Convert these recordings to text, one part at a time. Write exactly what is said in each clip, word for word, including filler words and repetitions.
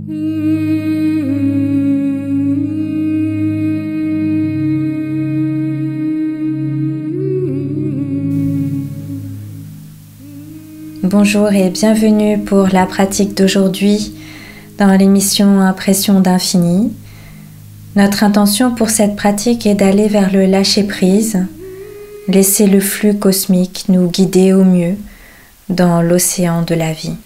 Bonjour et bienvenue pour la pratique d'aujourd'hui dans l'émission Impression d'infini. Notre intention pour cette pratique est d'aller vers le lâcher-prise, laisser le flux cosmique nous guider au mieux dans l'océan de la vie.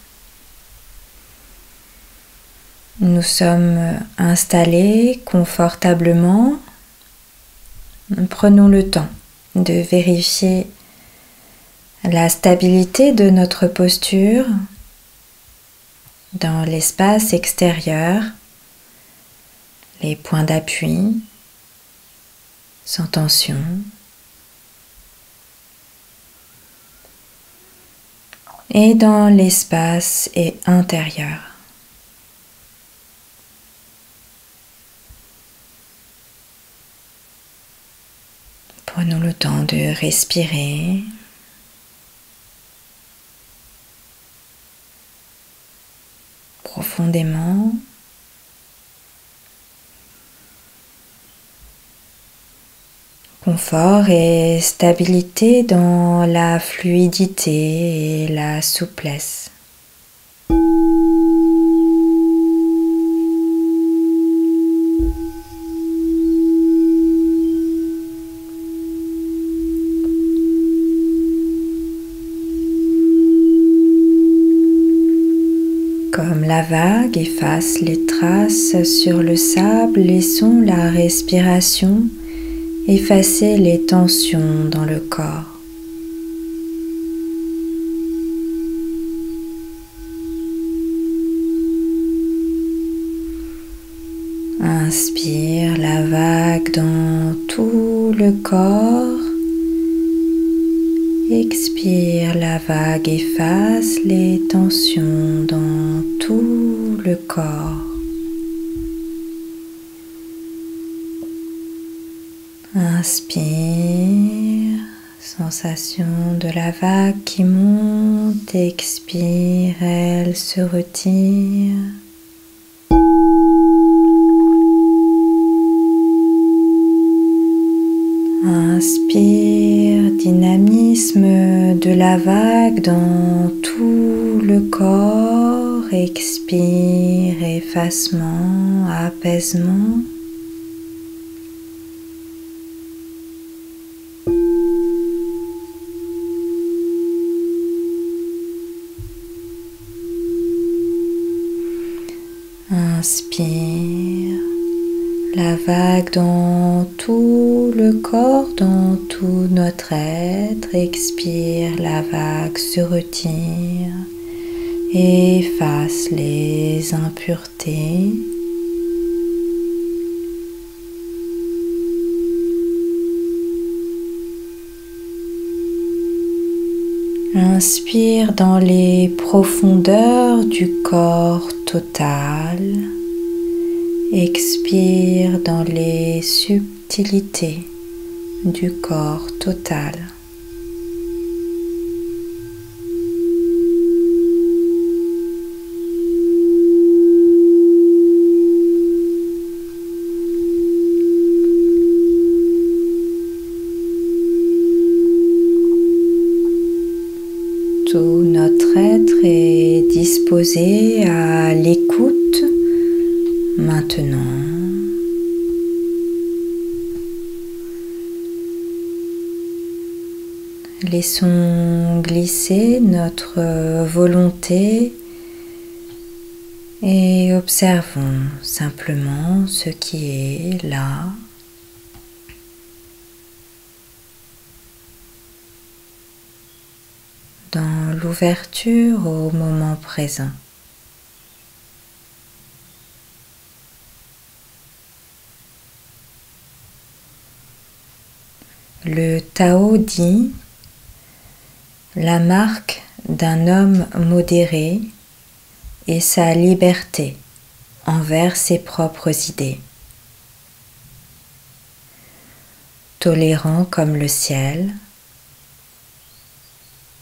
Nous sommes installés confortablement. Prenons le temps de vérifier la stabilité de notre posture dans l'espace extérieur, les points d'appui, sans tension. Et dans l'espace intérieur. Prenons le temps de respirer. Profondément. Confort et stabilité dans la fluidité et la souplesse. Comme la vague efface les traces sur le sable, laissons la respiration effacer les tensions dans le corps. Inspire la vague dans tout le corps. Expire, la vague efface les tensions dans tout le corps. Inspire, sensation de la vague qui monte, expire, elle se retire. Inspire, dynamisme de la vague dans tout le corps. Expire, effacement, apaisement. Inspire, la vague dans tout le corps, dans tout notre être. Expire, la vague se retire, efface les impuretés. Inspire dans les profondeurs du corps total. Expire dans les subtilités du corps total. Tout notre être est disposé à l'écoute maintenant. Laissons glisser notre volonté et observons simplement ce qui est là. Dans l'ouverture au moment présent. Le Tao dit: la marque d'un homme modéré est sa liberté envers ses propres idées. Tolérant comme le ciel,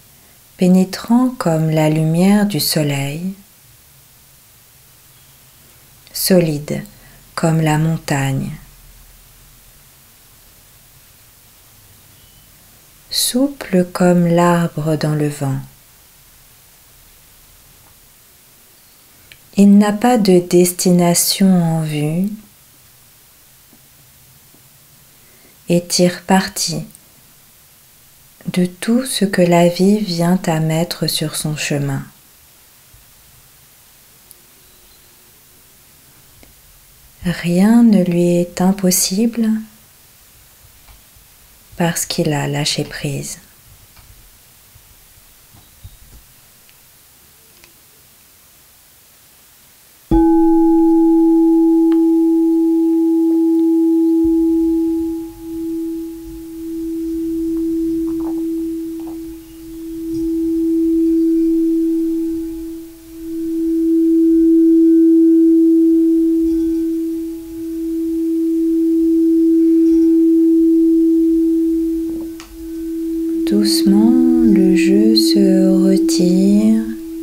pénétrant comme la lumière du soleil, solide comme la montagne, souple comme l'arbre dans le vent. Il n'a pas de destination en vue et tire parti de tout ce que la vie vient à mettre sur son chemin. Rien ne lui est impossible parce qu'il a lâché prise. Doucement, le jeu se retire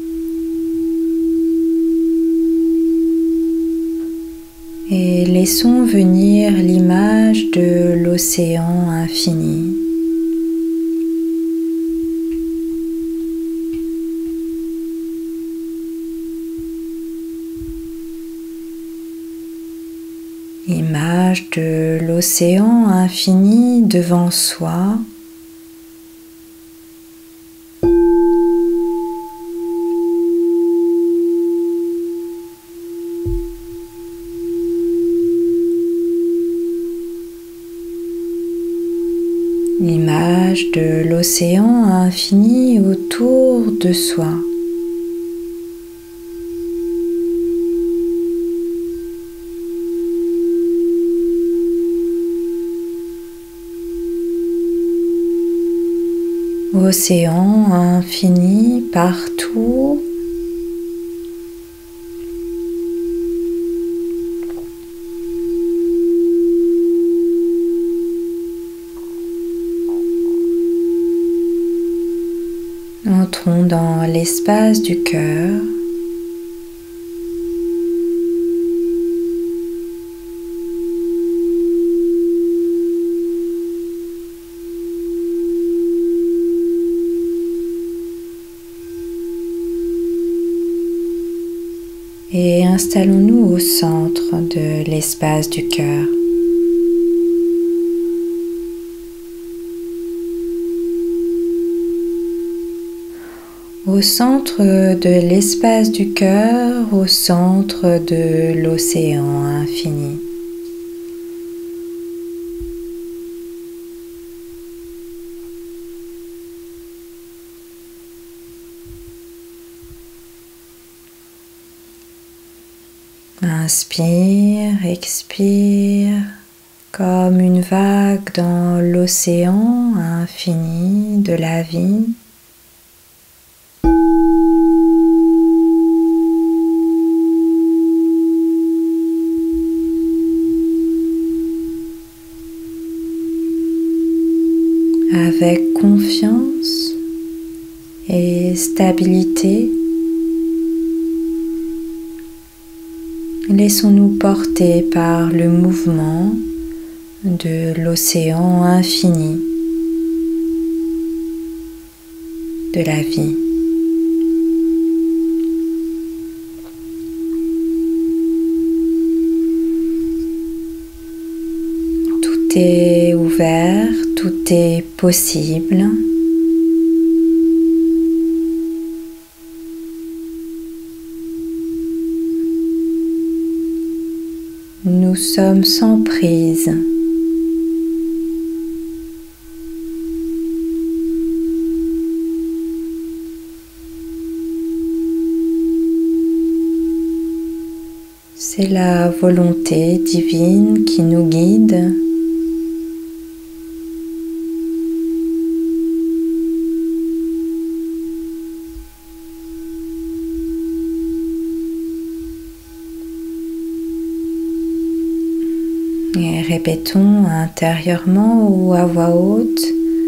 et laissons venir l'image de l'océan infini. Image de l'océan infini devant soi. L'image de l'océan infini autour de soi. Océan infini partout. Entrons dans l'espace du cœur. Et installons-nous au centre de l'espace du cœur. Au centre de l'espace du cœur, au centre de l'océan infini. Inspire, expire, comme une vague dans l'océan infini de la vie. Avec confiance et stabilité, laissons-nous porter par le mouvement de l'océan infini de la vie. Tout est ouvert, tout est possible. Nous sommes sans prise. C'est la volonté divine qui nous guide. Et répétons intérieurement ou à voix haute,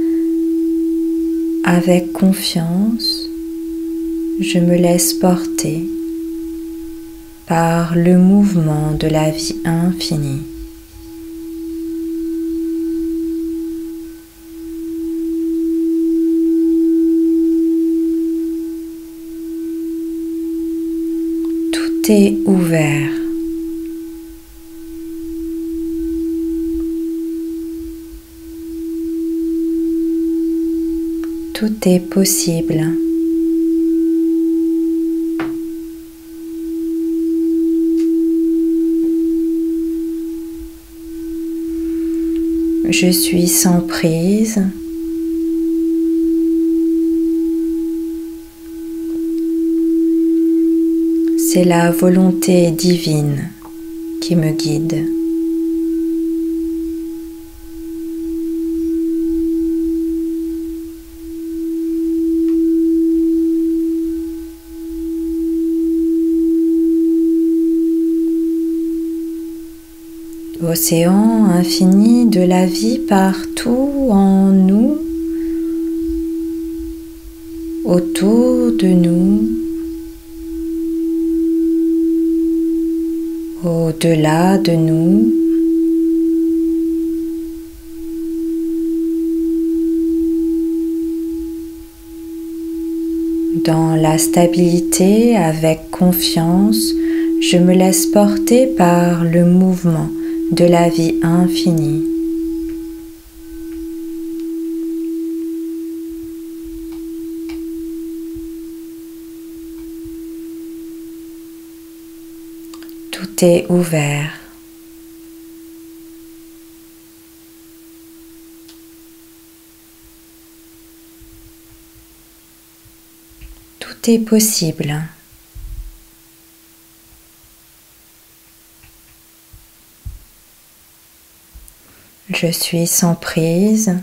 avec confiance, je me laisse porter par le mouvement de la vie infinie. Tout est ouvert. Tout est possible. Je suis sans prise. C'est la volonté divine qui me guide. Océan infini de la vie partout en nous, autour de nous, au-delà de nous. Dans la stabilité, avec confiance, je me laisse porter par le mouvement de la vie infinie. Tout est ouvert. Tout est possible. Je suis sans prise.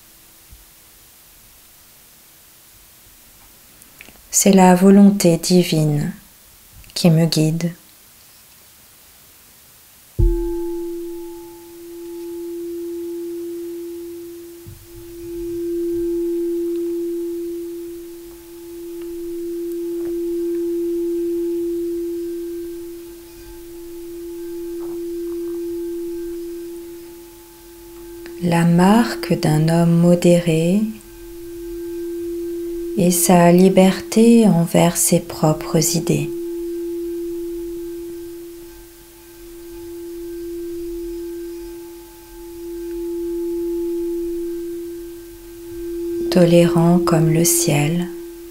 C'est la volonté divine qui me guide. La marque d'un homme modéré est sa liberté envers ses propres idées. Tolérant comme le ciel,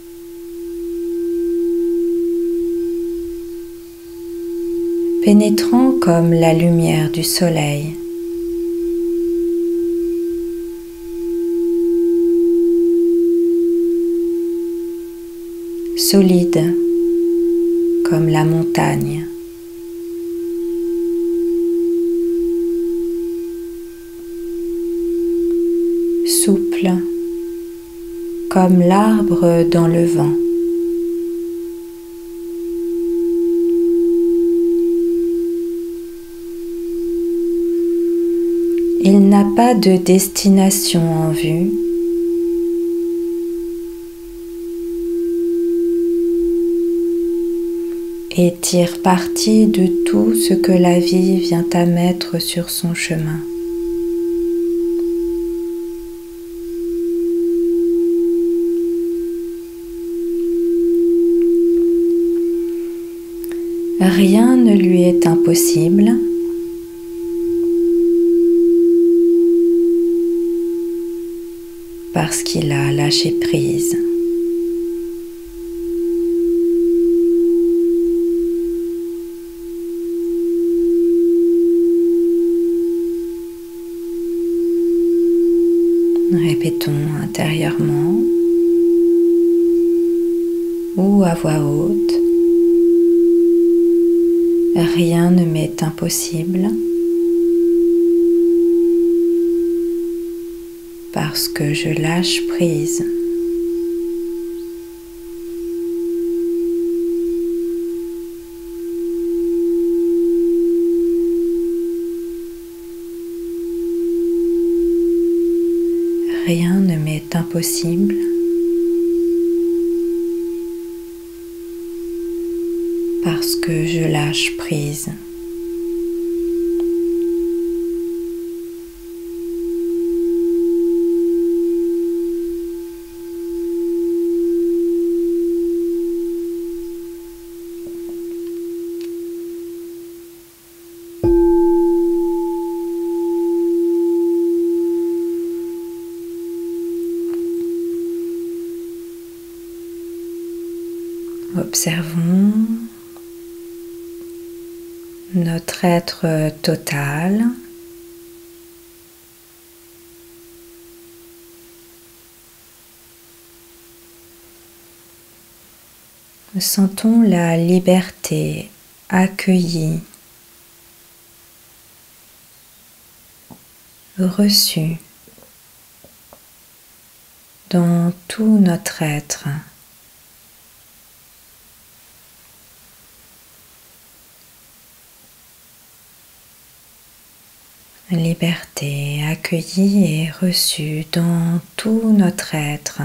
pénétrant comme la lumière du soleil. Solide comme la montagne. Souple comme l'arbre dans le vent. Il n'a pas de destination en vue. Et tire parti de tout ce que la vie vient à mettre sur son chemin. Rien ne lui est impossible. Parce qu'il a lâché prise. Répétons intérieurement ou à voix haute. Rien ne m'est impossible parce que je lâche prise. Rien ne m'est impossible parce que je lâche prise. Observons notre être total. Sentons la liberté accueillie, reçue dans tout notre être. Liberté accueillie et reçue dans tout notre être.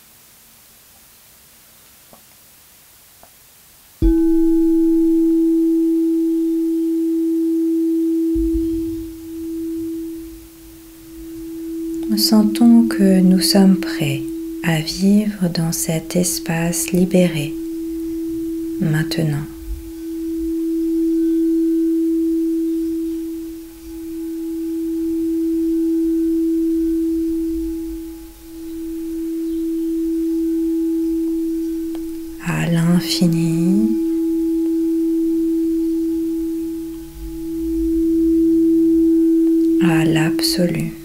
Sentons que nous sommes prêts à vivre dans cet espace libéré maintenant. À l'infini, à l'absolu.